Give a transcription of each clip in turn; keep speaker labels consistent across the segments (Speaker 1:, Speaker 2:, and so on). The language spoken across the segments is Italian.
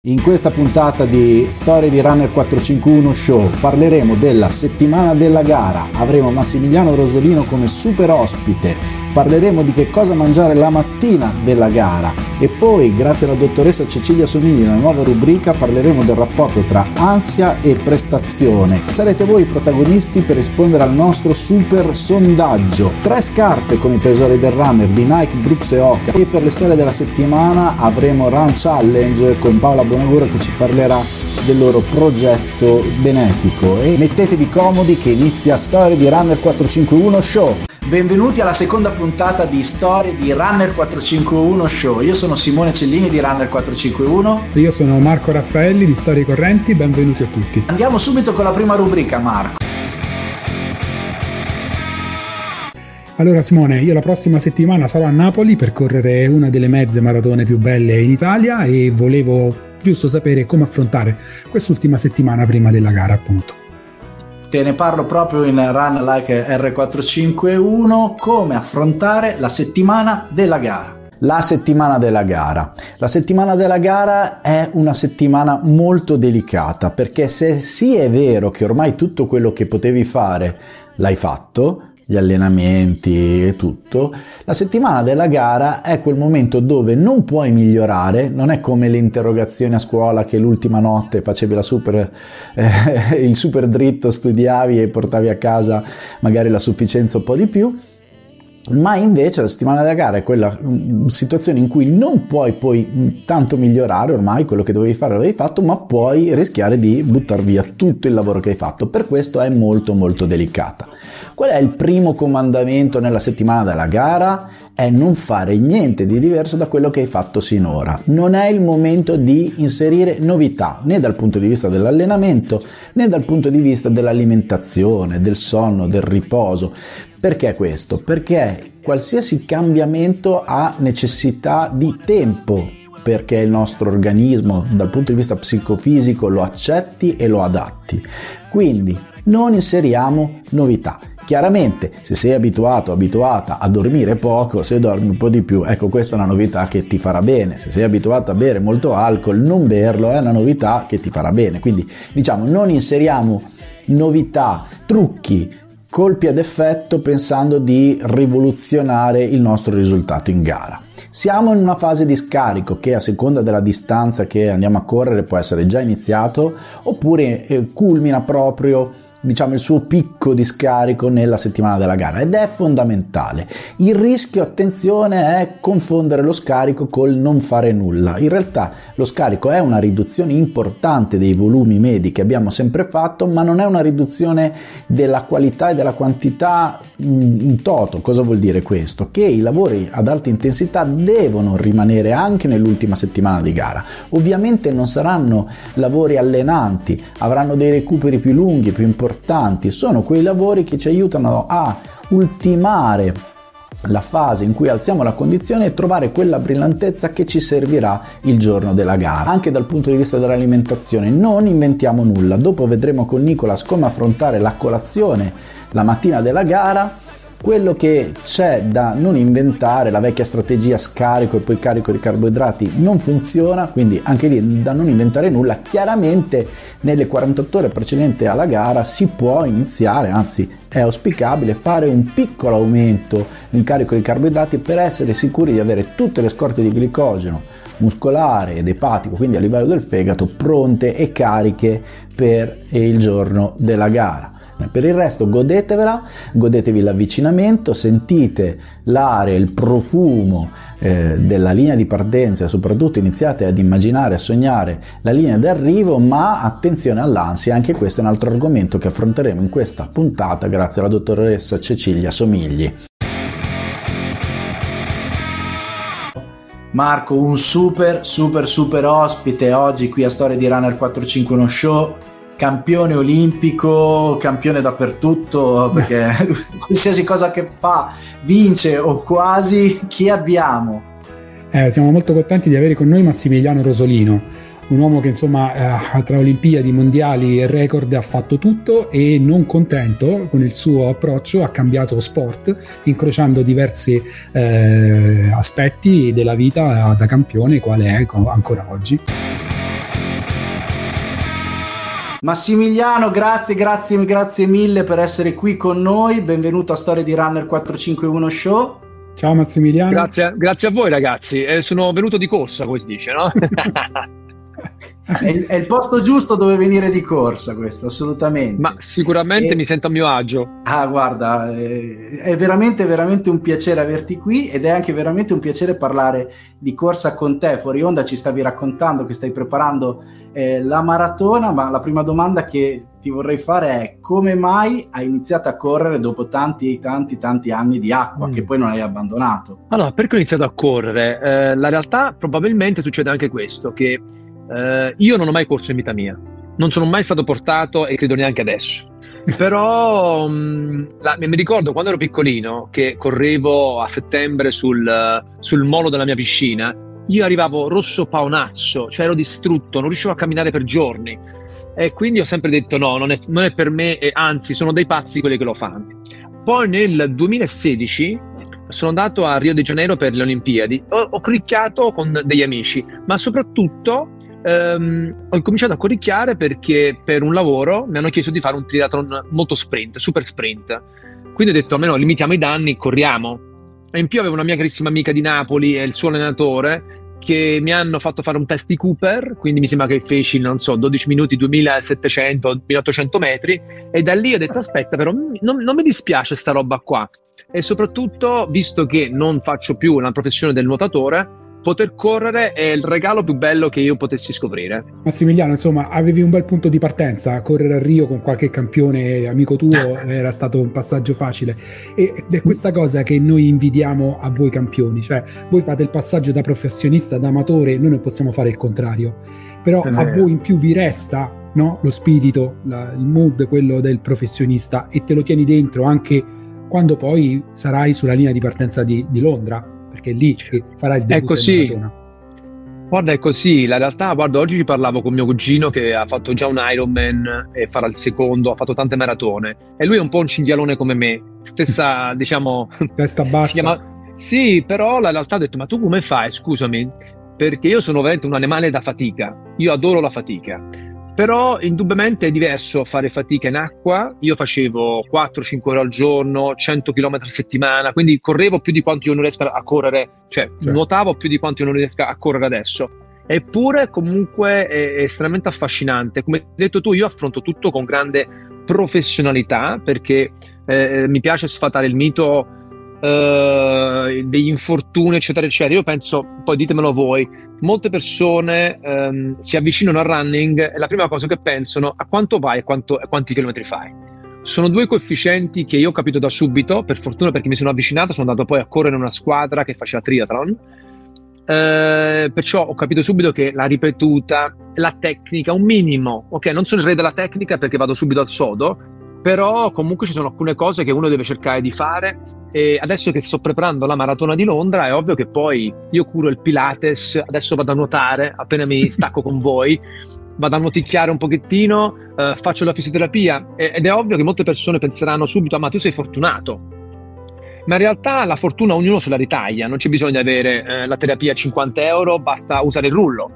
Speaker 1: In questa puntata di Storie di Runner 451 Show parleremo della settimana della gara, avremo Massimiliano Rosolino come super ospite, parleremo di che cosa mangiare la mattina della gara e poi, grazie alla dottoressa Cecilia Somigli, nella nuova rubrica parleremo del rapporto tra ansia e prestazione. Sarete voi i protagonisti per rispondere al nostro super sondaggio. 3 scarpe con i tesori del runner di Nike, Brooks e Hoka, e per le storie della settimana avremo Run Challenge con Paola Bonagura che ci parlerà del loro progetto benefico. E mettetevi comodi che inizia Storie di Runner 451 Show. Benvenuti alla seconda puntata di Storie di Runner 451 Show. Io sono Simone Cellini di Runner 451.
Speaker 2: Io sono Marco Raffaelli di Storie Correnti, benvenuti a tutti.
Speaker 1: Andiamo subito con la prima rubrica, Marco.
Speaker 2: Allora Simone, io la prossima settimana sarò a Napoli per correre una delle mezze maratone più belle in Italia e volevo giusto sapere come affrontare quest'ultima settimana prima della gara, appunto.
Speaker 1: Te ne parlo proprio in Run Like R451, come affrontare la settimana della gara. La settimana della gara. La settimana della gara è una settimana molto delicata, perché se sì è vero che ormai tutto quello che potevi fare l'hai fatto, gli allenamenti e tutto, la settimana della gara è quel momento dove non puoi migliorare. Non è come le interrogazioni a scuola che l'ultima notte facevi il super dritto, studiavi e portavi a casa magari la sufficienza un po' di più, ma invece la settimana della gara è quella situazione in cui non puoi poi tanto migliorare, ormai quello che dovevi fare l'avevi fatto, ma puoi rischiare di buttare via tutto il lavoro che hai fatto. Per questo è molto molto delicata. Qual è il primo comandamento nella settimana della gara? È non fare niente di diverso da quello che hai fatto sinora. Non è il momento di inserire novità, né dal punto di vista dell'allenamento, né dal punto di vista dell'alimentazione, del sonno, del riposo. Perché questo? Perché qualsiasi cambiamento ha necessità di tempo perché il nostro organismo dal punto di vista psicofisico lo accetti e lo adatti. Quindi non inseriamo novità. Chiaramente se sei abituata a dormire poco, se dormi un po' di più, ecco, questa è una novità che ti farà bene. Se sei abituato a bere molto alcol, non berlo è una novità che ti farà bene. Quindi diciamo non inseriamo novità, trucchi, colpi ad effetto pensando di rivoluzionare il nostro risultato in gara. Siamo in una fase di scarico che a seconda della distanza che andiamo a correre può essere già iniziato oppure culmina proprio il suo picco di scarico nella settimana della gara, ed è fondamentale. Il rischio, attenzione, è confondere lo scarico col non fare nulla. In realtà lo scarico è una riduzione importante dei volumi medi che abbiamo sempre fatto, ma non è una riduzione della qualità e della quantità in toto. Cosa vuol dire questo? Che i lavori ad alta intensità devono rimanere anche nell'ultima settimana di gara. Ovviamente non saranno lavori allenanti, avranno dei recuperi più lunghi, più importanti. Sono quei lavori che ci aiutano a ultimare la fase in cui alziamo la condizione e trovare quella brillantezza che ci servirà il giorno della gara. Anche dal punto di vista dell'alimentazione non inventiamo nulla. Dopo vedremo con Nicolas come affrontare la colazione la mattina della gara. Quello che c'è da non inventare, la vecchia strategia scarico e poi carico di carboidrati, non funziona, quindi anche lì da non inventare nulla. Chiaramente nelle 48 ore precedenti alla gara si può iniziare, anzi è auspicabile, fare un piccolo aumento nel carico di carboidrati per essere sicuri di avere tutte le scorte di glicogeno muscolare ed epatico, quindi a livello del fegato, pronte e cariche per il giorno della gara. Per il resto godetevela, godetevi l'avvicinamento, sentite l'aria, il profumo della linea di partenza e soprattutto iniziate ad immaginare, a sognare la linea d'arrivo, ma attenzione all'ansia. Anche questo è un altro argomento che affronteremo in questa puntata grazie alla dottoressa Cecilia Somigli. Marco, un super ospite oggi qui a Storie di Runner 451 Show. Campione olimpico, campione dappertutto, perché qualsiasi cosa che fa vince o quasi. Chi abbiamo?
Speaker 2: Siamo molto contenti di avere con noi Massimiliano Rosolino, un uomo che insomma tra Olimpiadi, mondiali e record ha fatto tutto, e non contento con il suo approccio ha cambiato sport, incrociando diversi aspetti della vita da campione, quale è ancora oggi.
Speaker 1: Massimiliano, grazie mille per essere qui con noi. Benvenuto a Storie di Runner 451 Show.
Speaker 2: Ciao Massimiliano.
Speaker 3: Grazie a voi ragazzi, sono venuto di corsa, come si dice, no?
Speaker 1: È il posto giusto dove venire di corsa, questo, assolutamente.
Speaker 3: Ma sicuramente mi sento a mio agio.
Speaker 1: Guarda, è veramente un piacere averti qui, ed è anche veramente un piacere parlare di corsa con te. Fuori onda ci stavi raccontando che stai preparando la maratona, ma la prima domanda che ti vorrei fare è: come mai hai iniziato a correre dopo tanti anni di acqua che poi non hai abbandonato?
Speaker 3: Allora, perché ho iniziato a correre? La realtà probabilmente succede anche questo, che io non ho mai corso in vita mia, non sono mai stato portato e credo neanche adesso. Però mi ricordo quando ero piccolino che correvo a settembre sul molo della mia piscina. Io arrivavo rosso paonazzo, cioè ero distrutto, non riuscivo a camminare per giorni, e quindi ho sempre detto no, non è per me, e anzi sono dei pazzi quelli che lo fanno. Poi nel 2016 sono andato a Rio de Janeiro per le Olimpiadi, ho corricchiato con degli amici, ma soprattutto ho cominciato a corricchiare perché per un lavoro mi hanno chiesto di fare un triathlon molto sprint, super sprint. Quindi ho detto almeno limitiamo i danni, corriamo. E in più avevo una mia carissima amica di Napoli e il suo allenatore che mi hanno fatto fare un test di Cooper, quindi mi sembra che feci, non so, 12 minuti, 2700-1800 metri, e da lì ho detto aspetta, però non mi dispiace sta roba qua. E soprattutto, visto che non faccio più la professione del nuotatore, poter correre è il regalo più bello che io potessi scoprire.
Speaker 2: Massimiliano, insomma, avevi un bel punto di partenza. Correre a Rio con qualche campione amico tuo era stato un passaggio facile, ed è questa cosa che noi invidiamo a voi campioni, cioè voi fate il passaggio da professionista ad amatore, noi non possiamo fare il contrario, però a voi in più vi resta, no, lo spirito, il mood, quello del professionista, e te lo tieni dentro anche quando poi sarai sulla linea di partenza di Londra, perché è lì che farai il debutto.
Speaker 3: È così. Guarda, è così. La realtà, guarda, oggi ci parlavo con mio cugino che ha fatto già un Ironman e farà il secondo, ha fatto tante maratone, e lui è un po' un cinghialone come me, stessa diciamo
Speaker 2: testa bassa.
Speaker 3: Sì, però la realtà ho detto, ma tu come fai, scusami, perché io sono veramente un animale da fatica, io adoro la fatica. Però indubbiamente è diverso fare fatica in acqua. Io facevo 4-5 ore al giorno, 100 km a settimana, quindi correvo più di quanto io non riesca a correre, cioè nuotavo più di quanto io non riesca a correre adesso. Eppure comunque è estremamente affascinante. Come hai detto tu, io affronto tutto con grande professionalità, perché mi piace sfatare il mito degli infortuni, eccetera eccetera. Io penso, poi ditemelo voi, molte persone si avvicinano al running e la prima cosa che pensano: a quanto vai e quanti chilometri fai. Sono due coefficienti che io ho capito da subito, per fortuna, perché mi sono avvicinato, sono andato poi a correre in una squadra che faceva triathlon, perciò ho capito subito che la ripetuta, la tecnica, un minimo, ok, non sono il re della tecnica perché vado subito al sodo, però comunque ci sono alcune cose che uno deve cercare di fare. E adesso che sto preparando la maratona di Londra è ovvio che poi io curo il Pilates, adesso vado a nuotare appena mi stacco con voi, vado a nuoticchiare un pochettino, faccio la fisioterapia, ed è ovvio che molte persone penseranno subito: ma tu sei fortunato. Ma in realtà la fortuna ognuno se la ritaglia, non c'è bisogno di avere la terapia a 50 euro, basta usare il rullo.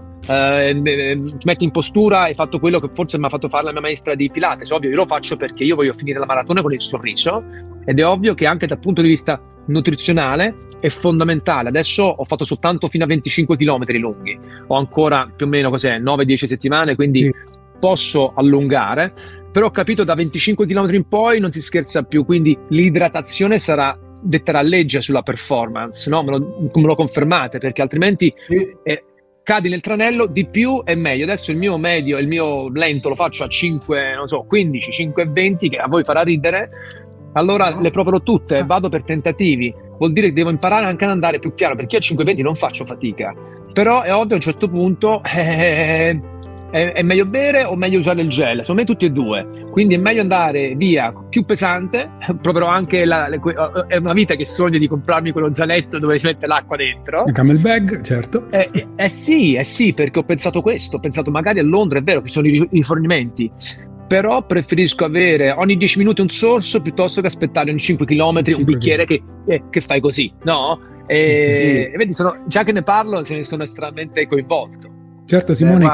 Speaker 3: Ti metti in postura, hai fatto quello che forse mi ha fatto fare la mia maestra di Pilates. Ovvio, io lo faccio perché io voglio finire la maratona con il sorriso, ed è ovvio che anche dal punto di vista nutrizionale è fondamentale. Adesso ho fatto soltanto fino a 25 km lunghi, ho ancora più o meno 9-10 settimane, quindi posso allungare, però ho capito da 25 km in poi non si scherza più, quindi l'idratazione detterà legge sulla performance, no? Me lo confermate, perché altrimenti cadi nel tranello. Di più è meglio. Adesso il mio medio, il mio lento lo faccio a 15, 5,20, che a voi farà ridere. Allora le proverò tutte, vado per tentativi. Vuol dire che devo imparare anche ad andare più piano, perché io a 5,20 non faccio fatica. Però è ovvio, a un certo punto è meglio bere o meglio usare il gel? Secondo me tutti e due. Quindi è meglio andare via più pesante. Proverò anche è una vita che sogno di comprarmi quello zaletto dove si mette l'acqua dentro.
Speaker 2: Un camel bag, certo.
Speaker 3: Sì, perché ho pensato questo. Ho pensato, magari a Londra è vero che ci sono i rifornimenti, però preferisco avere ogni 10 minuti un sorso piuttosto che aspettare ogni 5 km un bicchiere che fai così, no? E vedi, già che ne parlo, se ne sono estremamente coinvolto.
Speaker 2: Certo, Simone, che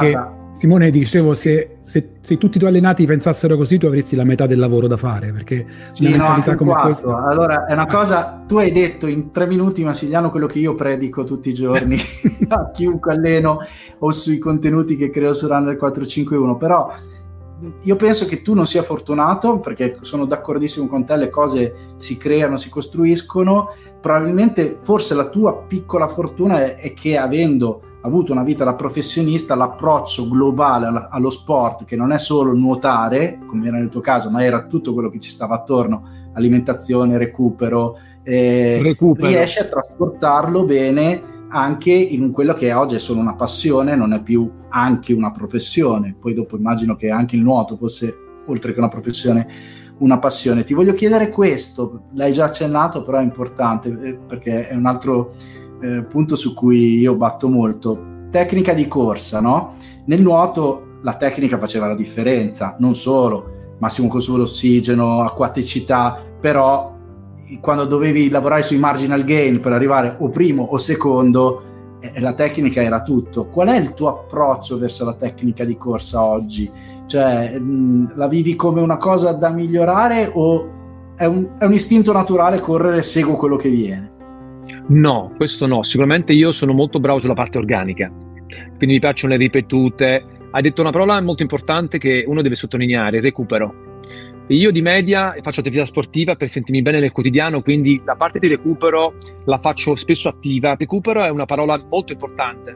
Speaker 2: Simone, dicevo, se tutti i tuoi allenati pensassero così, tu avresti la metà del lavoro da fare, perché
Speaker 1: sì, una mentalità come questa. Allora, è una cosa, tu hai detto in 3 minuti, Massimiliano, quello che io predico tutti i giorni a chiunque alleno o sui contenuti che creo su Runner 451, però io penso che tu non sia fortunato, perché sono d'accordissimo con te, le cose si creano, si costruiscono. Probabilmente, forse la tua piccola fortuna è che, avendo avuto una vita da professionista, l'approccio globale allo sport, che non è solo nuotare, come era nel tuo caso, ma era tutto quello che ci stava attorno, alimentazione, recupero. Riesci a trasportarlo bene anche in quello che oggi è solo una passione, non è più anche una professione. Poi dopo immagino che anche il nuoto fosse, oltre che una professione, una passione. Ti voglio chiedere questo, l'hai già accennato, però è importante, perché è un altro punto su cui io batto molto. Tecnica di corsa, no? Nel nuoto la tecnica faceva la differenza, non solo massimo consumo d'ossigeno, acquaticità, però quando dovevi lavorare sui marginal gain per arrivare o primo o secondo, la tecnica era tutto. Qual è il tuo approccio verso la tecnica di corsa oggi? Cioè, la vivi come una cosa da migliorare o è un istinto naturale correre, seguo quello che viene?
Speaker 3: No, questo no. Sicuramente io sono molto bravo sulla parte organica, quindi mi piacciono le ripetute. Hai detto una parola molto importante che uno deve sottolineare: il recupero. Io di media faccio attività sportiva per sentirmi bene nel quotidiano, quindi la parte di recupero la faccio spesso attiva. Recupero è una parola molto importante.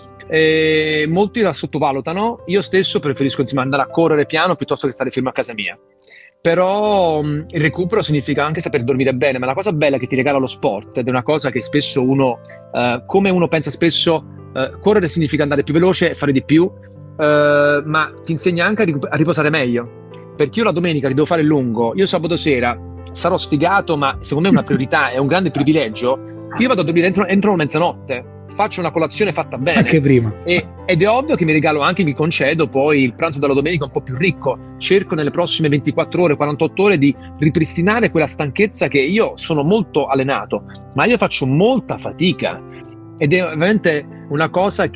Speaker 3: Molti la sottovalutano. Io stesso preferisco andare a correre piano piuttosto che stare fermo a casa mia. Però il recupero significa anche saper dormire bene, ma la cosa bella che ti regala lo sport, ed è una cosa che spesso uno, come uno pensa spesso, correre significa andare più veloce e fare di più, ma ti insegna anche a riposare meglio. Perché io la domenica che devo fare il lungo, io sabato sera sarò sfigato, ma secondo me è una priorità, è un grande privilegio. Io vado a dormire entro mezzanotte, faccio una colazione fatta bene.
Speaker 2: Anche prima.
Speaker 3: Ed è ovvio che mi regalo anche, mi concedo poi il pranzo della domenica un po' più ricco. Cerco nelle prossime 24 ore, 48 ore di ripristinare quella stanchezza che io sono molto allenato, ma io faccio molta fatica. Ed è ovviamente una cosa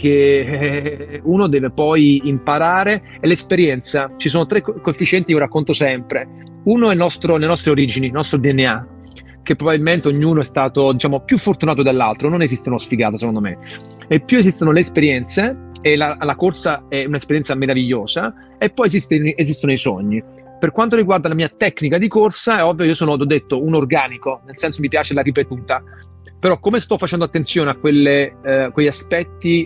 Speaker 3: che uno deve poi imparare, è l'esperienza. Ci sono 3 coefficienti che io racconto sempre. Uno è le nostre origini, il nostro DNA, che probabilmente ognuno è stato, diciamo, più fortunato dell'altro. Non esiste uno sfigato, secondo me. E più esistono le esperienze, e la corsa è un'esperienza meravigliosa, e poi esistono i sogni. Per quanto riguarda la mia tecnica di corsa, è ovvio, io sono, ho detto, un organico, nel senso mi piace la ripetuta. Però come sto facendo attenzione a quegli aspetti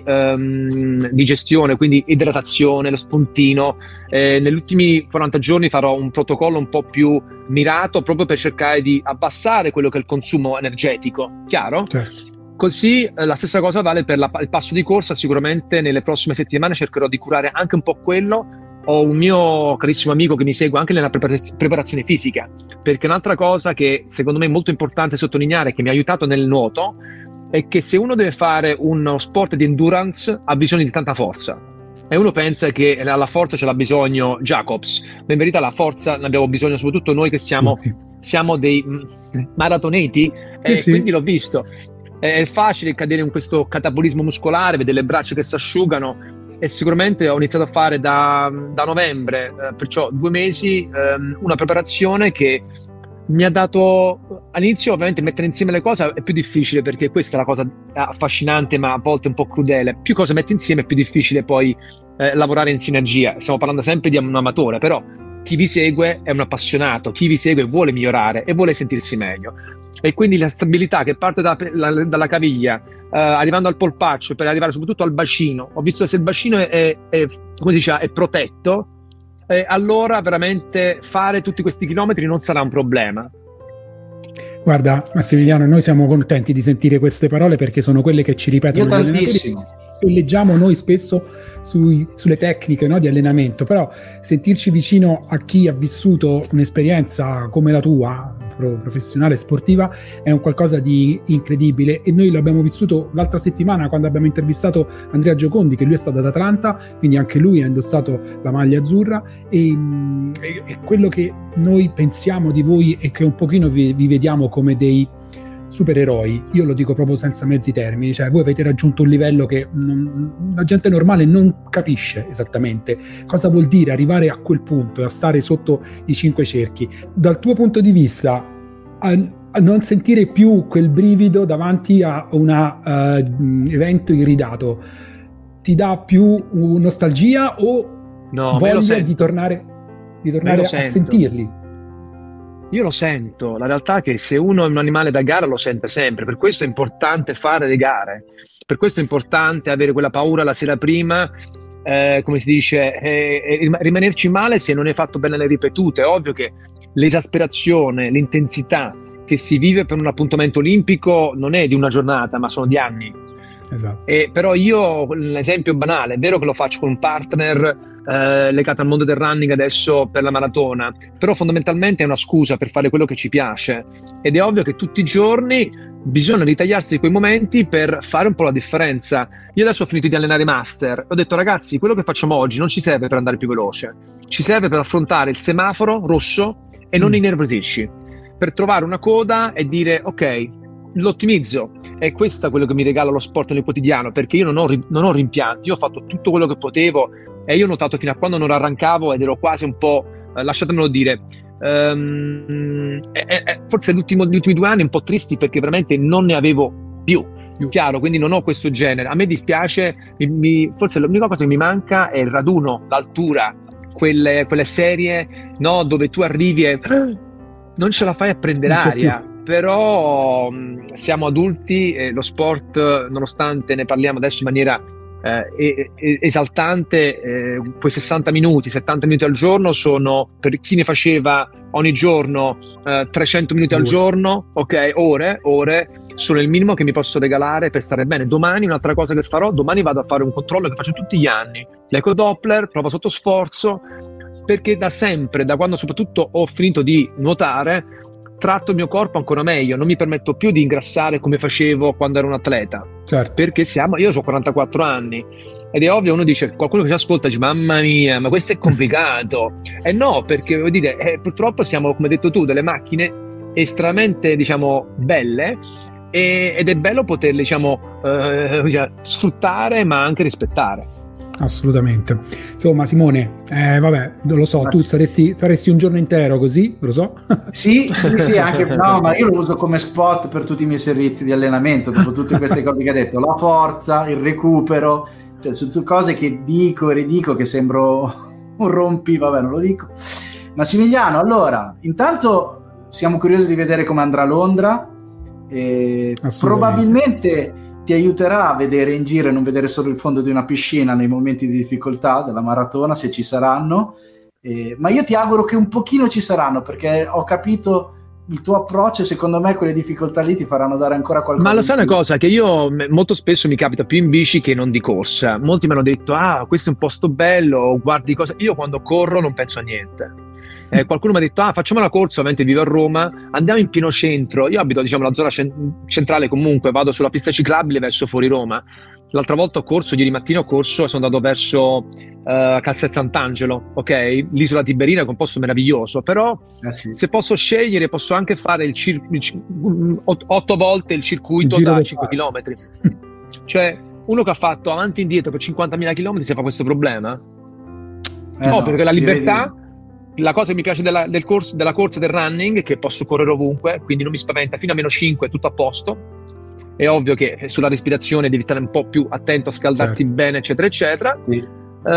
Speaker 3: di gestione, quindi idratazione, lo spuntino, negli ultimi 40 giorni farò un protocollo un po' più mirato proprio per cercare di abbassare quello che è il consumo energetico, chiaro?
Speaker 2: Certo.
Speaker 3: Così la stessa cosa vale per il passo di corsa. Sicuramente nelle prossime settimane cercherò di curare anche un po' quello. Ho un mio carissimo amico che mi segue anche nella preparazione fisica, perché un'altra cosa che secondo me è molto importante sottolineare, che mi ha aiutato nel nuoto, è che se uno deve fare uno sport di endurance ha bisogno di tanta forza, e uno pensa che la forza ce l'ha bisogno Jacobs, ma in verità la forza ne abbiamo bisogno soprattutto noi che siamo dei maratoneti,
Speaker 2: sì.
Speaker 3: Quindi l'ho visto. È facile cadere in questo catabolismo muscolare, vedere le braccia che si asciugano, e sicuramente ho iniziato a fare da novembre, perciò 2 mesi, una preparazione che mi ha dato, all'inizio ovviamente mettere insieme le cose è più difficile, perché questa è la cosa affascinante ma a volte un po' crudele: più cose metti insieme è più difficile poi lavorare in sinergia. Stiamo parlando sempre di un amatore, però chi vi segue è un appassionato, chi vi segue vuole migliorare e vuole sentirsi meglio. E quindi la stabilità che parte dalla caviglia, arrivando al polpaccio, per arrivare soprattutto al bacino. Ho visto che se il bacino è come si dice, è protetto, allora veramente fare tutti questi chilometri non sarà un problema.
Speaker 2: Guarda Massimiliano, noi siamo contenti di sentire queste parole, perché sono quelle che ci ripetono
Speaker 1: gli allenatori
Speaker 2: e leggiamo noi spesso sulle tecniche, no, di allenamento. Però sentirci vicino a chi ha vissuto un'esperienza come la tua, professionale sportiva, è un qualcosa di incredibile, e noi l'abbiamo vissuto l'altra settimana quando abbiamo intervistato Andrea Giocondi, che lui è stato ad Atlanta, quindi anche lui ha indossato la maglia azzurra, e quello che noi pensiamo di voi è che un pochino vi vediamo come dei supereroi, io lo dico proprio senza mezzi termini, cioè voi avete raggiunto un livello che la gente normale non capisce esattamente cosa vuol dire arrivare a quel punto e a stare sotto i 5 cerchi. Dal tuo punto di vista, a non sentire più quel brivido davanti a un evento iridato ti dà più nostalgia o voglia di tornare a sentirli?
Speaker 3: Io lo sento, la realtà è che se uno è un animale da gara lo sente sempre, per questo è importante fare le gare, per questo è importante avere quella paura la sera prima, come si dice, rimanerci male se non è fatto bene le ripetute. È ovvio che l'esasperazione, l'intensità che si vive per un appuntamento olimpico non è di una giornata, ma sono di anni.
Speaker 2: Esatto.
Speaker 3: Però io, l'esempio banale, è vero che lo faccio con un partner legato al mondo del running adesso per la maratona, però fondamentalmente è una scusa per fare quello che ci piace, ed è ovvio che tutti i giorni bisogna ritagliarsi quei momenti per fare un po' la differenza. Io adesso ho finito di allenare master, ho detto ragazzi, quello che facciamo oggi non ci serve per andare più veloce, ci serve per affrontare il semaforo rosso e non innervosirci, per trovare una coda e dire ok, l'ottimizzo. È questo quello che mi regala lo sport nel quotidiano, perché io non ho rimpianti, io ho fatto tutto quello che potevo e io ho notato fino a quando non arrancavo ed ero quasi un po', lasciatemelo dire, forse gli ultimi 2 anni un po' tristi, perché veramente non ne avevo più, chiaro, quindi non ho questo genere. A me dispiace, forse l'unica cosa che mi manca è il raduno, l'altura, quelle serie, no, dove tu arrivi e non ce la fai a prendere aria. Però siamo adulti e lo sport, nonostante ne parliamo adesso in maniera esaltante, quei 60 minuti, 70 minuti al giorno sono, per chi ne faceva ogni giorno 300 minuti al giorno, ok, ore, sono il minimo che mi posso regalare per stare bene. Domani un'altra cosa che farò, domani vado a fare un controllo che faccio tutti gli anni, l'eco Doppler, prova sotto sforzo, perché da sempre, da quando soprattutto ho finito di nuotare, tratto il mio corpo ancora meglio, non mi permetto più di ingrassare come facevo quando ero un atleta.
Speaker 2: Certo.
Speaker 3: Perché io ho 44 anni ed è ovvio, uno dice, qualcuno che ci ascolta dice mamma mia, ma questo è complicato. E no, perché voglio dire, purtroppo siamo, come hai detto tu, delle macchine estremamente, diciamo, belle, ed è bello poterle, diciamo, sfruttare ma anche rispettare.
Speaker 2: Assolutamente. Insomma, Simone, vabbè, non lo so, tu saresti un giorno intero così, lo so.
Speaker 1: Sì, anche no, ma io lo uso come spot per tutti i miei servizi di allenamento, dopo tutte queste cose che hai detto, la forza, il recupero, cioè sono cose che dico e ridico che sembro un rompi, vabbè, non lo dico. Massimiliano, allora, intanto siamo curiosi di vedere come andrà Londra, e probabilmente ti aiuterà a vedere in giro e non vedere solo il fondo di una piscina nei momenti di difficoltà della maratona, se ci saranno, ma io ti auguro che un pochino ci saranno, perché ho capito il tuo approccio e secondo me quelle difficoltà lì ti faranno dare ancora qualcosa.
Speaker 3: Ma lo sai una cosa, che io molto spesso mi capita più in bici che non di corsa. Molti mi hanno detto questo è un posto bello, guardi cosa. Io quando corro non penso a niente. Qualcuno mi ha detto facciamo una corsa, ovviamente vivo a Roma, andiamo in pieno centro. Io abito, diciamo, la zona centrale, comunque vado sulla pista ciclabile verso fuori Roma. L'altra volta ho corso, ieri mattina ho corso e sono andato verso Castel Sant'Angelo, ok? L'isola Tiberina, che è un posto meraviglioso, però se posso scegliere posso anche fare 8 volte il circuito da 5 km. Cioè, uno che ha fatto avanti e indietro per 50.000 km si fa questo problema? No, perché la libertà... La cosa che mi piace della corsa, del running, è che posso correre ovunque, quindi non mi spaventa, fino a -5 tutto a posto. È ovvio che sulla respirazione devi stare un po' più attento a scaldarti bene, eccetera eccetera. Sì.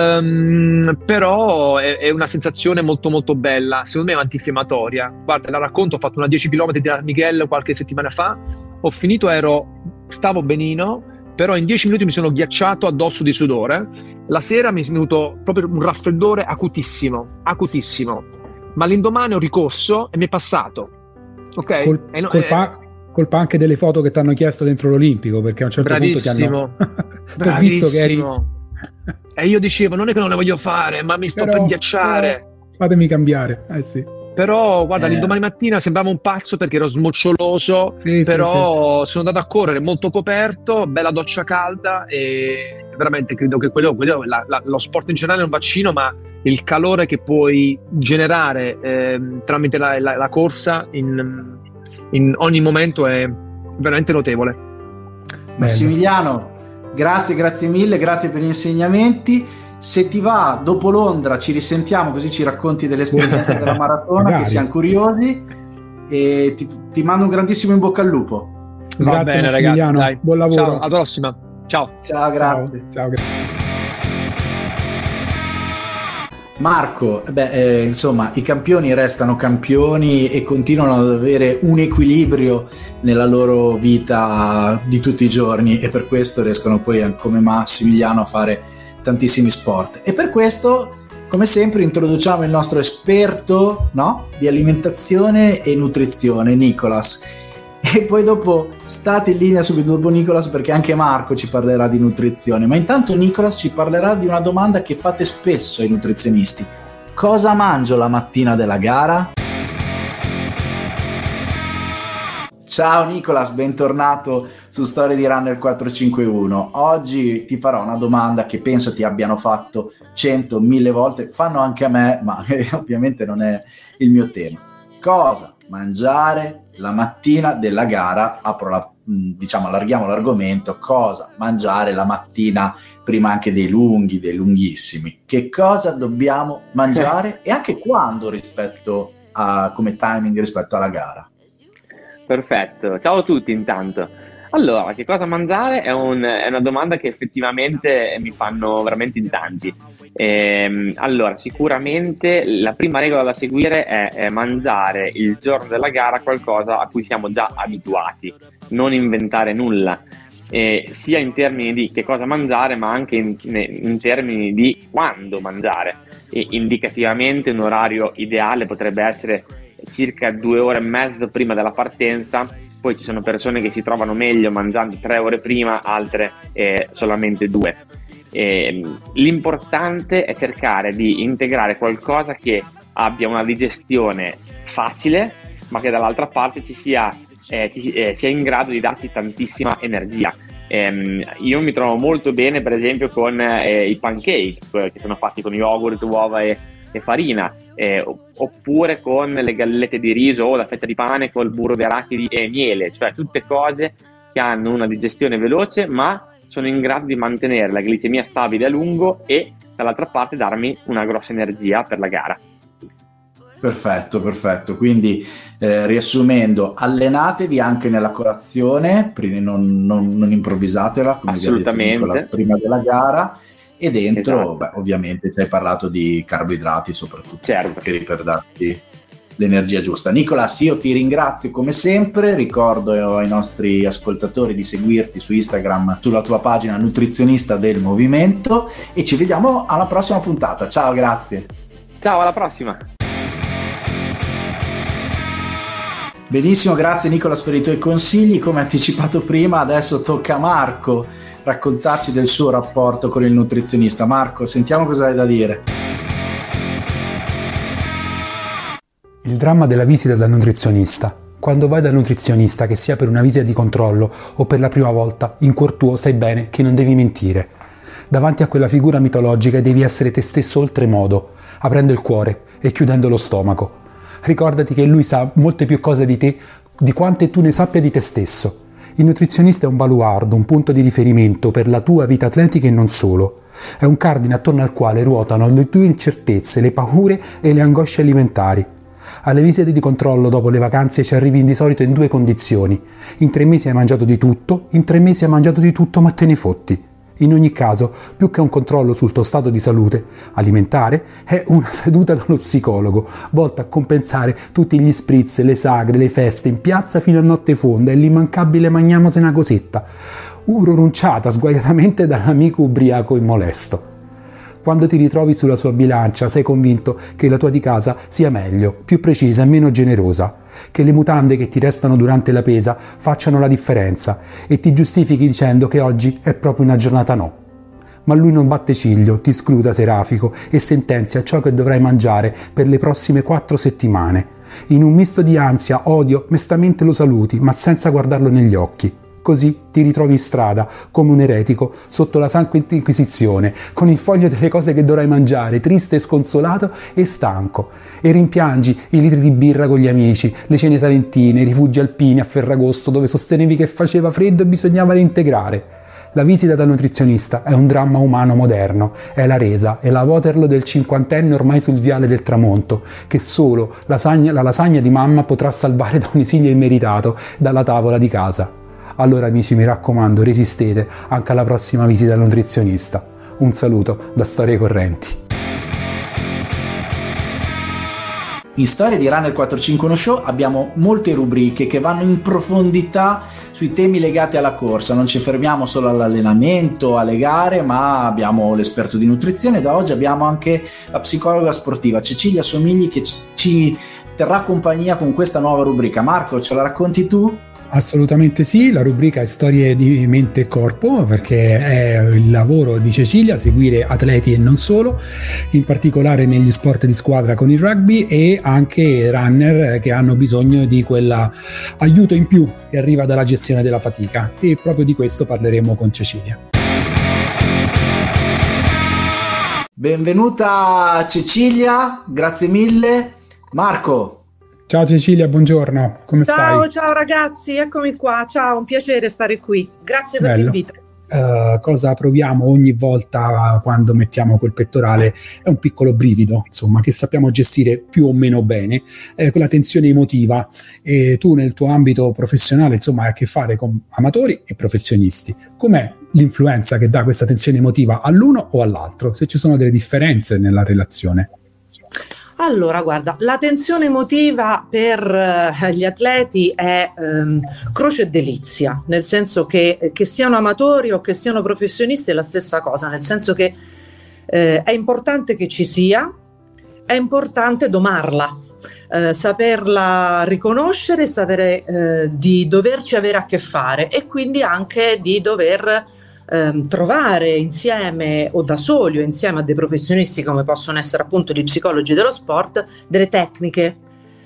Speaker 3: Però è una sensazione molto molto bella, secondo me è antinfiammatoria. Guarda, la racconto, ho fatto una 10 km di Miguel qualche settimana fa, ho finito, stavo benino, però in 10 minuti mi sono ghiacciato addosso di sudore. La sera mi è venuto proprio un raffreddore acutissimo, ma l'indomani ho ricorso e mi è passato. Ok?
Speaker 2: Colpa anche delle foto che ti hanno chiesto dentro l'Olimpico, perché a un certo punto ti hanno visto che eri...
Speaker 3: E io dicevo, non è che non le voglio fare, ma mi sto per ghiacciare.
Speaker 2: Fatemi cambiare, sì.
Speaker 3: Però guarda, l'indomani mattina sembrava un pazzo perché ero smoccioloso, però sono andato a correre molto coperto, bella doccia calda, e veramente credo che quello lo sport in generale è un vaccino, ma il calore che puoi generare tramite la corsa in ogni momento è veramente notevole.
Speaker 1: Massimiliano, grazie mille, grazie per gli insegnamenti. Se ti va, dopo Londra ci risentiamo, così ci racconti delle esperienze della maratona, che siamo curiosi, e ti mando un grandissimo in bocca al lupo.
Speaker 3: Va bene ragazzi, dai.
Speaker 2: Buon lavoro.
Speaker 3: Ciao, alla prossima. Ciao,
Speaker 1: grazie.
Speaker 2: Ciao.
Speaker 1: Marco, insomma, i campioni restano campioni e continuano ad avere un equilibrio nella loro vita di tutti i giorni, e per questo riescono poi, come Massimiliano, a fare tantissimi sport. E per questo, come sempre, introduciamo il nostro esperto, no? Di alimentazione e nutrizione, Nicolas. E poi dopo state in linea subito dopo Nicolas, perché anche Marco ci parlerà di nutrizione. Ma intanto Nicolas ci parlerà di una domanda che fate spesso ai nutrizionisti: cosa mangio la mattina della gara? Ciao Nicolas, bentornato su Storie di Runner 451. Oggi ti farò una domanda che penso ti abbiano fatto 100.000 volte, fanno anche a me, ma ovviamente non è il mio tema. Cosa mangiare la mattina della gara? Allarghiamo l'argomento: cosa mangiare la mattina prima anche dei lunghi, dei lunghissimi? Che cosa dobbiamo mangiare e anche quando come timing rispetto alla gara?
Speaker 4: Perfetto, ciao a tutti intanto. Allora, che cosa mangiare è una domanda che effettivamente mi fanno veramente in tanti. Allora, sicuramente la prima regola da seguire è mangiare il giorno della gara qualcosa a cui siamo già abituati, non inventare nulla, sia in termini di che cosa mangiare, ma anche in termini di quando mangiare. Indicativamente un orario ideale potrebbe essere circa 2 ore e mezzo prima della partenza. Poi ci sono persone che si trovano meglio mangiando 3 ore prima, altre solamente 2. L'importante è cercare di integrare qualcosa che abbia una digestione facile, ma che dall'altra parte sia in grado di darci tantissima energia. Io mi trovo molto bene per esempio con i pancake che sono fatti con yogurt, uova e farina, oppure con le gallette di riso o la fetta di pane col burro di arachidi e miele, cioè tutte cose che hanno una digestione veloce ma sono in grado di mantenere la glicemia stabile a lungo e dall'altra parte darmi una grossa energia per la gara.
Speaker 1: Perfetto. Quindi riassumendo, allenatevi anche nella colazione, non improvvisatela, come vi ho detto Nicola, prima della gara. E dentro, esatto. Ovviamente ci hai parlato di carboidrati soprattutto,
Speaker 4: certo,
Speaker 1: per darti l'energia giusta. Nicolas, io ti ringrazio come sempre, ricordo ai nostri ascoltatori di seguirti su Instagram sulla tua pagina Nutrizionista del Movimento, e ci vediamo alla prossima puntata. Ciao, grazie.
Speaker 4: Ciao, alla prossima.
Speaker 1: Benissimo, grazie Nicolas per i tuoi consigli. Come anticipato prima, adesso tocca a Marco raccontarci del suo rapporto con il nutrizionista. Marco, sentiamo cosa hai da dire.
Speaker 2: Il dramma della visita dal nutrizionista. Quando vai dal nutrizionista, che sia per una visita di controllo o per la prima volta, in cuor tuo sai bene che non devi mentire. Davanti a quella figura mitologica devi essere te stesso oltremodo, aprendo il cuore e chiudendo lo stomaco. Ricordati che lui sa molte più cose di te di quante tu ne sappia di te stesso. Il nutrizionista è un baluardo, un punto di riferimento per la tua vita atletica e non solo. È un cardine attorno al quale ruotano le tue incertezze, le paure e le angosce alimentari. Alle visite di controllo dopo le vacanze ci arrivi di solito in 2 condizioni. In 3 mesi hai mangiato di tutto, in 3 mesi hai mangiato di tutto ma te ne fotti. In ogni caso, più che un controllo sul tuo stato di salute alimentare, è una seduta dallo psicologo, volta a compensare tutti gli spritz, le sagre, le feste in piazza fino a notte fonda e l'immancabile magnamosi una cosetta, ururunciata sguaiatamente dall'amico ubriaco e molesto. Quando ti ritrovi sulla sua bilancia sei convinto che la tua di casa sia meglio, più precisa e meno generosa, che le mutande che ti restano durante la pesa facciano la differenza e ti giustifichi dicendo che oggi è proprio una giornata no. Ma lui non batte ciglio, ti scruta serafico e sentenzia ciò che dovrai mangiare per le prossime 4 settimane. In un misto di ansia, odio, mestamente lo saluti, ma senza guardarlo negli occhi. Così ti ritrovi in strada, come un eretico, sotto la Santa Inquisizione, con il foglio delle cose che dovrai mangiare, triste e sconsolato e stanco. E rimpiangi i litri di birra con gli amici, le cene salentine, i rifugi alpini a Ferragosto dove sostenevi che faceva freddo e bisognava reintegrare. La visita dal nutrizionista è un dramma umano moderno, è la resa, è la Waterloo del cinquantenne ormai sul viale del tramonto, che solo la lasagna di mamma potrà salvare da un esilio immeritato dalla tavola di casa. Allora amici, mi raccomando, resistete anche alla prossima visita al nutrizionista. Un saluto da Storie Correnti.
Speaker 1: In Storie di Runner 451 Show abbiamo molte rubriche che vanno in profondità sui temi legati alla corsa. Non ci fermiamo solo all'allenamento, alle gare, ma abbiamo l'esperto di nutrizione. Da oggi abbiamo anche la psicologa sportiva Cecilia Somigli che ci terrà compagnia con questa nuova rubrica. Marco, ce la racconti tu?
Speaker 2: Assolutamente sì, la rubrica è Storie di mente e corpo, perché è il lavoro di Cecilia seguire atleti e non solo, in particolare negli sport di squadra con il rugby, e anche runner che hanno bisogno di quell'aiuto in più che arriva dalla gestione della fatica, e proprio di questo parleremo con Cecilia.
Speaker 1: Benvenuta Cecilia, grazie mille. Marco.
Speaker 2: Ciao Cecilia, buongiorno, come stai?
Speaker 5: Ciao ragazzi, eccomi qua, ciao, un piacere stare qui, grazie per l'invito.
Speaker 2: Cosa proviamo ogni volta quando mettiamo quel pettorale è un piccolo brivido, insomma, che sappiamo gestire più o meno bene, quella tensione emotiva. E tu nel tuo ambito professionale, insomma, hai a che fare con amatori e professionisti. Com'è l'influenza che dà questa tensione emotiva all'uno o all'altro? Se ci sono delle differenze nella relazione?
Speaker 5: Allora, guarda, la tensione emotiva per gli atleti è croce e delizia, nel senso che siano amatori o che siano professionisti è la stessa cosa, nel senso che è importante che ci sia, è importante domarla, saperla riconoscere, sapere di doverci avere a che fare e quindi anche di dover trovare insieme o da soli o insieme a dei professionisti come possono essere appunto gli psicologi dello sport delle tecniche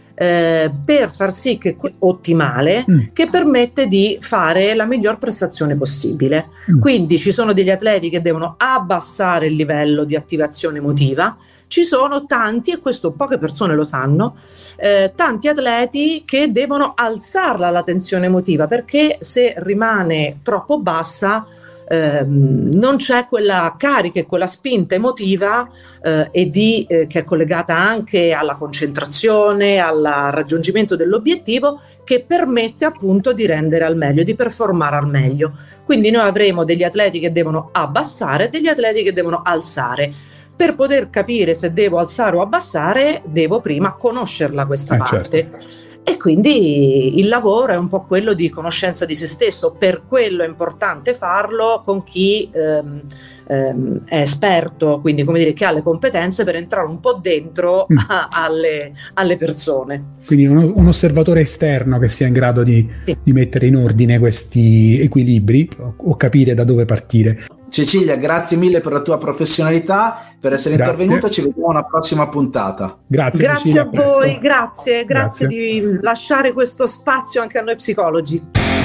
Speaker 5: per far sì che ottimale che permette di fare la miglior prestazione possibile. Quindi ci sono degli atleti che devono abbassare il livello di attivazione emotiva, ci sono tanti, e questo poche persone lo sanno, tanti atleti che devono alzarla la tensione emotiva, perché se rimane troppo bassa non c'è quella carica e quella spinta emotiva che è collegata anche alla concentrazione, al raggiungimento dell'obiettivo, che permette appunto di rendere al meglio, di performare al meglio. Quindi noi avremo degli atleti che devono abbassare e degli atleti che devono alzare. Per poter capire se devo alzare o abbassare, devo prima conoscerla questa parte. Certo. E quindi il lavoro è un po' quello di conoscenza di se stesso, per quello è importante farlo con chi è esperto, quindi come dire che ha le competenze per entrare un po' dentro alle persone.
Speaker 2: Quindi un osservatore esterno che sia in grado di mettere in ordine questi equilibri o capire da dove partire.
Speaker 1: Cecilia, grazie mille per la tua professionalità, per essere intervenuta. Ci vediamo alla prossima puntata.
Speaker 2: Grazie
Speaker 5: Cecilia, a voi, grazie di lasciare questo spazio anche a noi psicologi.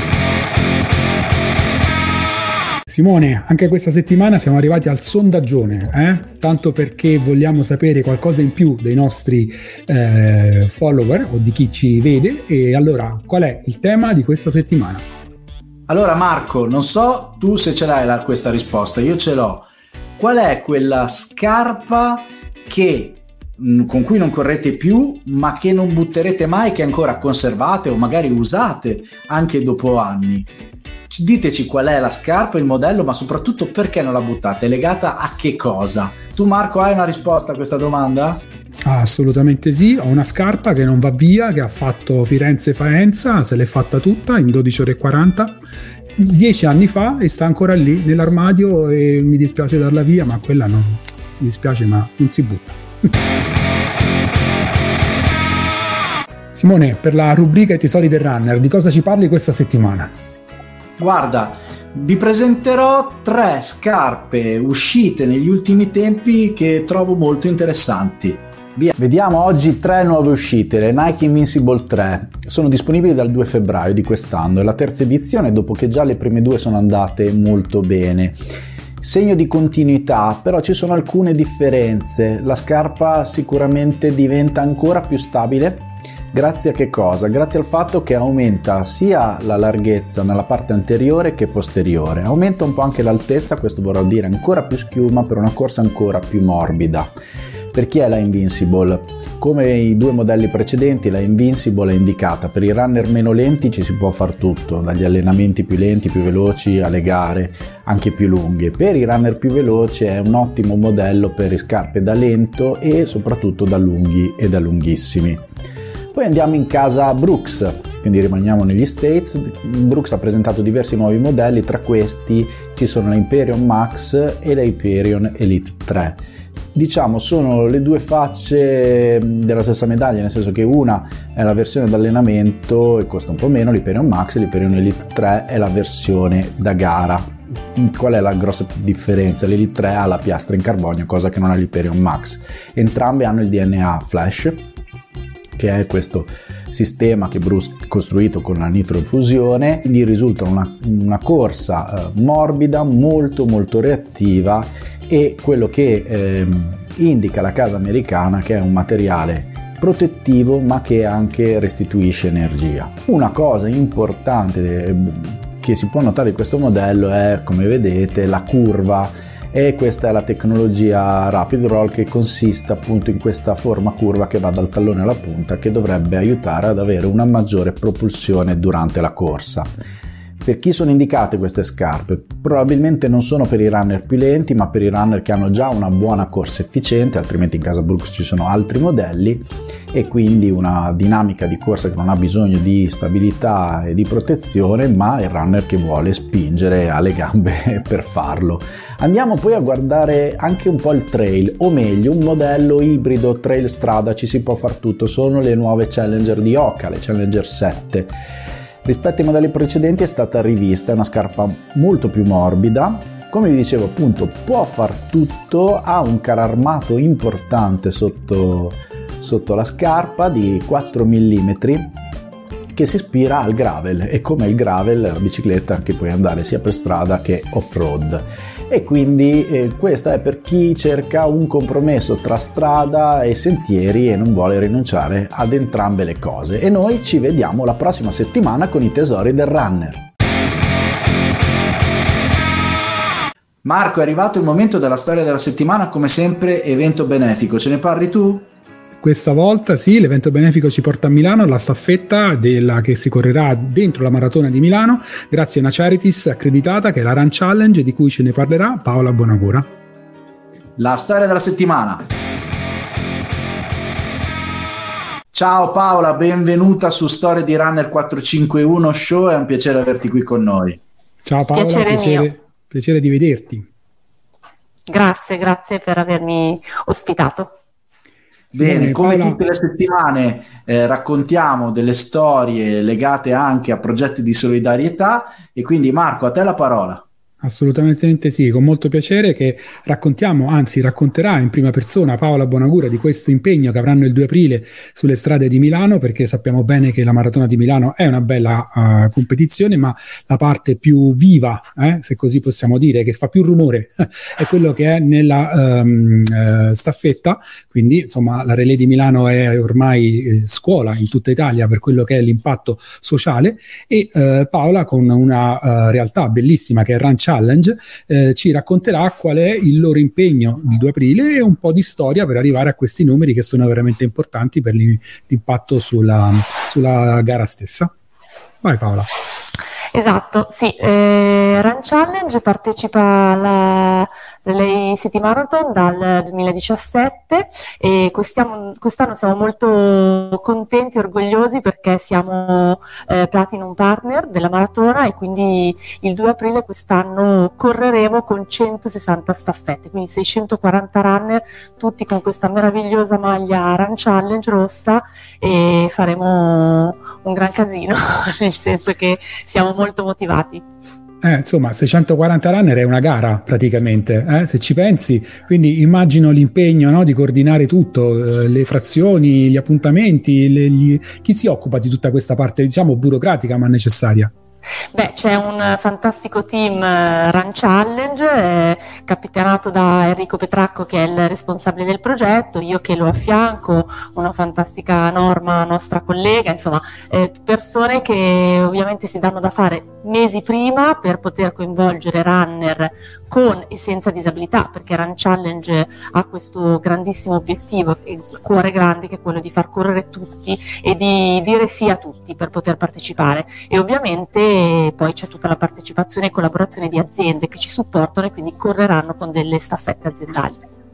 Speaker 2: Simone, anche questa settimana siamo arrivati al sondaggione, tanto perché vogliamo sapere qualcosa in più dei nostri follower o di chi ci vede. E allora, qual è il tema di questa settimana?
Speaker 1: Allora Marco, non so tu se ce l'hai questa risposta, io ce l'ho. Qual è quella scarpa con cui non correte più, ma che non butterete mai, che ancora conservate o magari usate anche dopo anni? Diteci qual è la scarpa, il modello, ma soprattutto perché non la buttate, è legata a che cosa? Tu Marco hai una risposta a questa domanda?
Speaker 2: Assolutamente sì, ho una scarpa che non va via, che ha fatto Firenze-Faenza, se l'è fatta tutta in 12 ore e 40, 10 anni fa, e sta ancora lì nell'armadio e mi dispiace darla via, ma quella non mi dispiace, ma non si butta. Simone, per la rubrica I tesori del runner, di cosa ci parli questa settimana?
Speaker 1: Guarda, vi presenterò 3 scarpe uscite negli ultimi tempi che trovo molto interessanti. Via. Vediamo oggi 3 nuove uscite, le Nike Invincible 3. Sono disponibili dal 2 febbraio di quest'anno, è la terza edizione dopo che già le prime 2 sono andate molto bene. Segno di continuità, però ci sono alcune differenze. La scarpa sicuramente diventa ancora più stabile. Grazie a che cosa? Grazie al fatto che aumenta sia la larghezza nella parte anteriore che posteriore. Aumenta un po' anche l'altezza, questo vorrà dire ancora più schiuma per una corsa ancora più morbida. Per chi è la Invincible? Come i 2 modelli precedenti, la Invincible è indicata per i runner meno lenti, ci si può far tutto, dagli allenamenti più lenti, più veloci, alle gare anche più lunghe. Per i runner più veloci è un ottimo modello per le scarpe da lento e soprattutto da lunghi e da lunghissimi. Poi andiamo in casa Brooks, quindi rimaniamo negli States. Brooks ha presentato diversi nuovi modelli, tra questi ci sono la Hyperion Max e la Hyperion Elite 3. Diciamo sono le 2 facce della stessa medaglia, nel senso che una è la versione d'allenamento e costa un po' meno, l'Hyperion Max, e l'Hyperion Elite 3 è la versione da gara. Qual è la grossa differenza? L'Elite 3 ha la piastra in carbonio, cosa che non ha l'Hyperion Max. Entrambe hanno il DNA Flash, che è questo sistema che Bruce ha costruito con la nitroinfusione, quindi risulta una corsa morbida, molto molto reattiva, e quello che indica la casa americana che è un materiale protettivo ma che anche restituisce energia. Una cosa importante che si può notare di questo modello è, come vedete, la curva, e questa è la tecnologia Rapid Roll, che consiste appunto in questa forma curva che va dal tallone alla punta, che dovrebbe aiutare ad avere una maggiore propulsione durante la corsa. Per chi sono indicate queste scarpe? Probabilmente non sono per i runner più lenti, ma per i runner che hanno già una buona corsa efficiente, altrimenti in casa Brooks ci sono altri modelli, e quindi una dinamica di corsa che non ha bisogno di stabilità e di protezione, ma il runner che vuole spingere ha le gambe per farlo. Andiamo poi a guardare anche un po' il trail, o meglio un modello ibrido trail strada, ci si può far tutto. Sono le nuove Challenger di Hoka, le Challenger 7. Rispetto ai modelli precedenti è stata rivista, è una scarpa molto più morbida, come vi dicevo appunto può far tutto, ha un caro armato importante sotto la scarpa di 4 mm che si ispira al gravel, e come il gravel la bicicletta che puoi andare sia per strada che off-road. E quindi questa è per chi cerca un compromesso tra strada e sentieri e non vuole rinunciare ad entrambe le cose. E noi ci vediamo la prossima settimana con i tesori del runner. Marco, è arrivato il momento della storia della settimana, come sempre evento benefico, ce ne parli tu?
Speaker 2: Questa volta sì, l'evento benefico ci porta a Milano, la staffetta che si correrà dentro la maratona di Milano, grazie a una charities accreditata che è la Run Challenge, di cui ce ne parlerà Paola Bonagura.
Speaker 1: La storia della settimana. Ciao Paola, benvenuta su Storie di Runner 451 Show, è un piacere averti qui con noi.
Speaker 2: Ciao Paola, piacere di vederti.
Speaker 6: Grazie per avermi ospitato.
Speaker 1: Bene, come tutte le settimane raccontiamo delle storie legate anche a progetti di solidarietà, e quindi Marco, a te la parola.
Speaker 2: Assolutamente sì, con molto piacere, che racconterà in prima persona Paola Bonagura di questo impegno che avranno il 2 aprile sulle strade di Milano, perché sappiamo bene che la Maratona di Milano è una bella competizione, ma la parte più viva, se così possiamo dire, che fa più rumore è quello che è nella staffetta. Quindi insomma la Relay di Milano è ormai scuola in tutta Italia per quello che è l'impatto sociale, e Paola, con una realtà bellissima che è Run Challenge, ci racconterà qual è il loro impegno il 2 aprile e un po' di storia per arrivare a questi numeri che sono veramente importanti per l'impatto sulla gara stessa. Vai Paola.
Speaker 6: Esatto, sì, Run Challenge partecipa alla Relay City Marathon dal 2017 e quest'anno siamo molto contenti e orgogliosi perché siamo Platinum Partner della maratona, e quindi il 2 aprile quest'anno correremo con 160 staffette, quindi 640 runner, tutti con questa meravigliosa maglia Run Challenge rossa, e faremo un gran casino, nel senso che siamo molto motivati.
Speaker 2: Insomma, 640 runner è una gara praticamente, se ci pensi, quindi immagino l'impegno, no, di coordinare tutto, le frazioni, gli appuntamenti, chi si occupa di tutta questa parte, diciamo, burocratica ma necessaria?
Speaker 6: Beh, c'è un fantastico team Run Challenge, capitanato da Enrico Petracco, che è il responsabile del progetto, io che lo affianco, una fantastica Norma, nostra collega, insomma, persone che ovviamente si danno da fare mesi prima per poter coinvolgere runner con e senza disabilità, perché Run Challenge ha questo grandissimo obiettivo, il cuore grande, che è quello di far correre tutti e di dire sì a tutti per poter partecipare. E ovviamente poi c'è tutta la partecipazione e collaborazione di aziende che ci supportano e quindi correranno con delle staffette aziendali.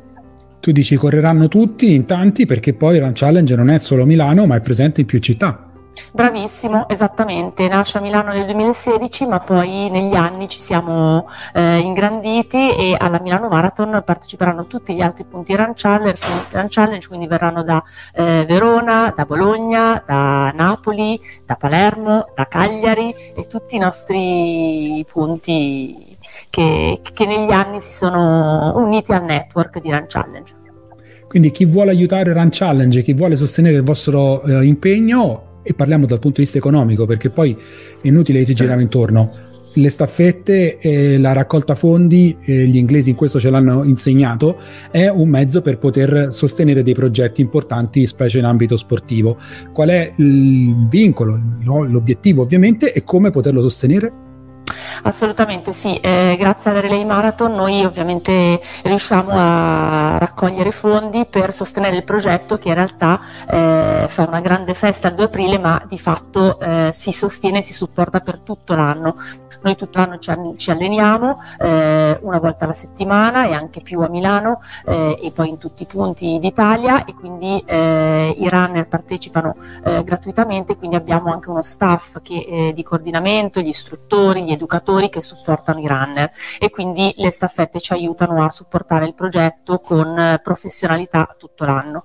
Speaker 2: Tu dici correranno tutti in tanti, perché poi Run Challenge non è solo Milano ma è presente in più città.
Speaker 6: Bravissimo, esattamente, nasce a Milano nel 2016, ma poi negli anni ci siamo ingranditi e alla Milano Marathon parteciperanno tutti gli altri punti Run Challenge, quindi verranno da Verona, da Bologna, da Napoli, da Palermo, da Cagliari e tutti i nostri punti che negli anni si sono uniti al network di Run Challenge.
Speaker 2: Quindi chi vuole aiutare Run Challenge, chi vuole sostenere il vostro impegno, e parliamo dal punto di vista economico, perché poi è inutile che giriamo intorno, le staffette, la raccolta fondi, gli inglesi in questo ce l'hanno insegnato, è un mezzo per poter sostenere dei progetti importanti, specie in ambito sportivo. Qual è il vincolo, l'obiettivo ovviamente, e come poterlo sostenere?
Speaker 6: Assolutamente sì, grazie alla Relay Marathon noi ovviamente riusciamo a raccogliere fondi per sostenere il progetto, che in realtà fa una grande festa il 2 aprile, ma di fatto si sostiene e si supporta per tutto l'anno. Noi tutto l'anno ci alleniamo una volta alla settimana e anche più a Milano e poi in tutti i punti d'Italia, e quindi i runner partecipano gratuitamente, quindi abbiamo anche uno staff di coordinamento, gli istruttori, gli educatori che supportano i runner, e quindi le staffette ci aiutano a supportare il progetto con professionalità tutto l'anno.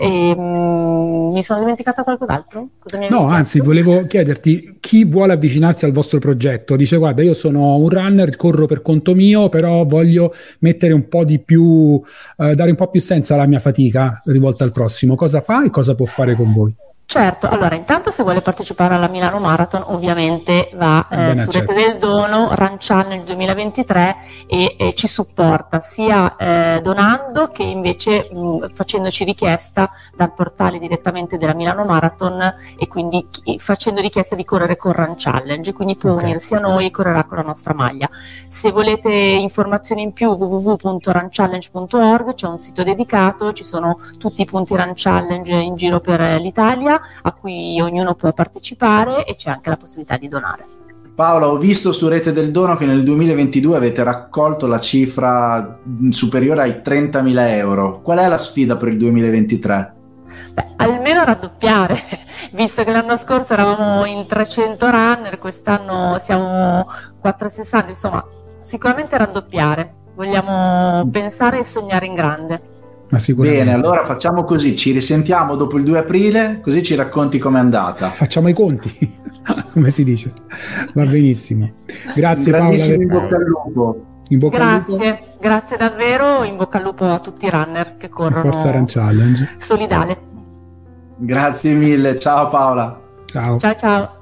Speaker 6: Mi sono dimenticata qualcos'altro?
Speaker 2: No, anzi, volevo chiederti, chi vuole avvicinarsi al vostro progetto, dice guarda, io sono un runner, corro per conto mio, però voglio mettere un po' di più, dare un po' più senso alla mia fatica rivolta al prossimo, cosa fa e cosa può fare con voi?
Speaker 6: Certo, allora intanto se vuole partecipare alla Milano Marathon ovviamente va su Rete del Dono, Run Challenge 2023 e ci supporta sia donando che invece facendoci richiesta dal portale direttamente della Milano Marathon, e quindi facendo richiesta di correre con Run Challenge, quindi può unirsi a noi e correrà con la nostra maglia. Se volete informazioni in più, www.runchallenge.org, c'è un sito dedicato, ci sono tutti i punti Run Challenge in giro per l'Italia a cui ognuno può partecipare, e c'è anche la possibilità di donare.
Speaker 1: Paola, ho visto su Rete del Dono che nel 2022 avete raccolto la cifra superiore ai 30.000 euro. Qual è la sfida per il 2023?
Speaker 6: Beh, almeno raddoppiare, visto che l'anno scorso eravamo in 300 runner, quest'anno siamo 460, insomma sicuramente raddoppiare. Vogliamo pensare e sognare in grande.
Speaker 1: Bene, allora facciamo così, ci risentiamo dopo il 2 aprile, così ci racconti com'è andata.
Speaker 2: Facciamo i conti, come si dice. Va benissimo. Grazie Paola.
Speaker 1: In bocca al lupo.
Speaker 6: Grazie davvero, in bocca al lupo a tutti i runner che corrono.
Speaker 2: Forza Run Challenge.
Speaker 6: Solidale.
Speaker 1: Grazie mille, ciao Paola.
Speaker 2: Ciao.
Speaker 6: Ciao.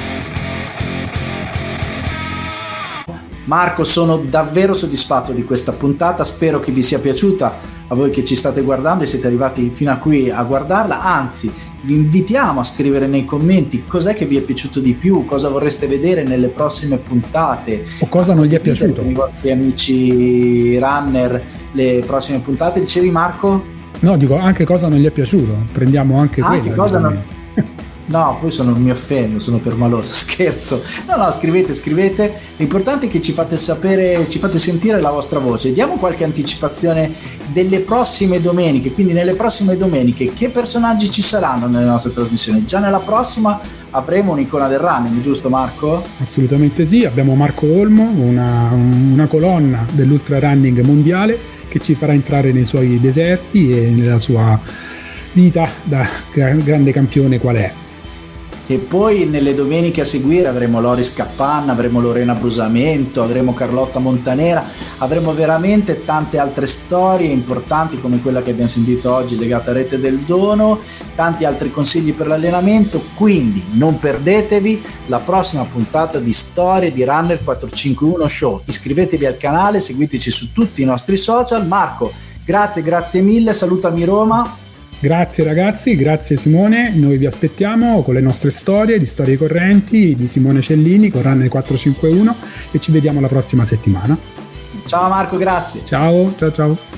Speaker 1: Marco, sono davvero soddisfatto di questa puntata, spero che vi sia piaciuta. A voi che ci state guardando e siete arrivati fino a qui a guardarla, anzi vi invitiamo a scrivere nei commenti cos'è che vi è piaciuto di più, cosa vorreste vedere nelle prossime puntate,
Speaker 2: o cosa non gli è piaciuto
Speaker 1: con i vostri amici runner le prossime puntate. Dicevi Marco?
Speaker 2: No, dico anche cosa non gli è piaciuto, prendiamo anche quella.
Speaker 1: Cosa non... No, poi mi offendo, sono permaloso, scherzo. No, scrivete. L'importante è che ci fate sapere, ci fate sentire la vostra voce. Diamo qualche anticipazione delle prossime domeniche, quindi nelle prossime domeniche che personaggi ci saranno nelle nostre trasmissioni? Già nella prossima avremo un'icona del running, giusto Marco?
Speaker 2: Assolutamente sì, abbiamo Marco Olmo, una colonna dell'ultra running mondiale che ci farà entrare nei suoi deserti e nella sua vita da grande campione qual è.
Speaker 1: e poi nelle domeniche a seguire avremo Loris Cappanna, avremo Lorena Brusamento, avremo Carlotta Montanera, avremo veramente tante altre storie importanti come quella che abbiamo sentito oggi legata a Rete del Dono, tanti altri consigli per l'allenamento, quindi non perdetevi la prossima puntata di Storie di Runner 451 Show. Iscrivetevi al canale, seguiteci su tutti i nostri social. Marco, grazie mille, salutami Roma.
Speaker 2: Grazie ragazzi, grazie Simone, noi vi aspettiamo con le nostre storie, di Storie Correnti di Simone Cellini con Runner 451 e ci vediamo la prossima settimana.
Speaker 1: Ciao Marco, grazie.
Speaker 2: Ciao.